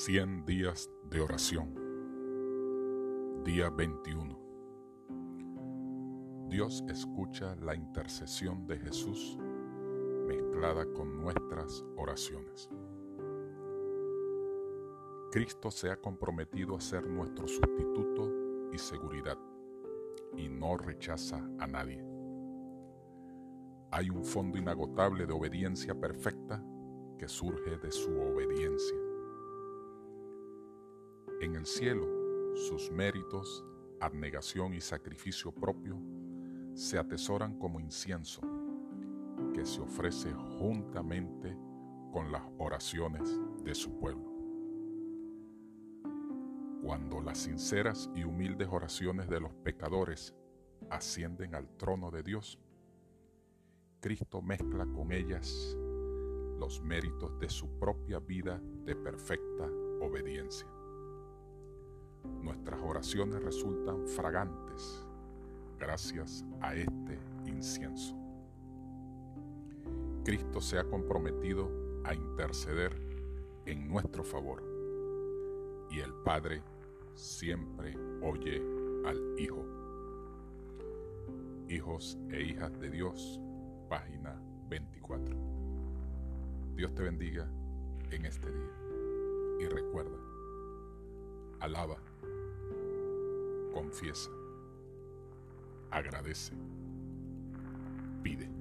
100 días de oración. Día 21. Dios escucha la intercesión de Jesús mezclada con nuestras oraciones. Cristo se ha comprometido a ser nuestro sustituto y seguridad, y no rechaza a nadie. Hay un fondo inagotable de obediencia perfecta que surge de su obediencia. En el cielo, sus méritos, abnegación y sacrificio propio se atesoran como incienso que se ofrece juntamente con las oraciones de su pueblo. Cuando las sinceras y humildes oraciones de los pecadores ascienden al trono de Dios, Cristo mezcla con ellas los méritos de su propia vida de perfecta obediencia. Nuestras oraciones resultan fragantes gracias a este incienso. Cristo se ha comprometido a interceder en nuestro favor, y el Padre siempre oye al Hijo. Hijos e hijas de Dios, página 24. Dios te bendiga en este día y recuerda, alaba, confiesa, agradece, pide.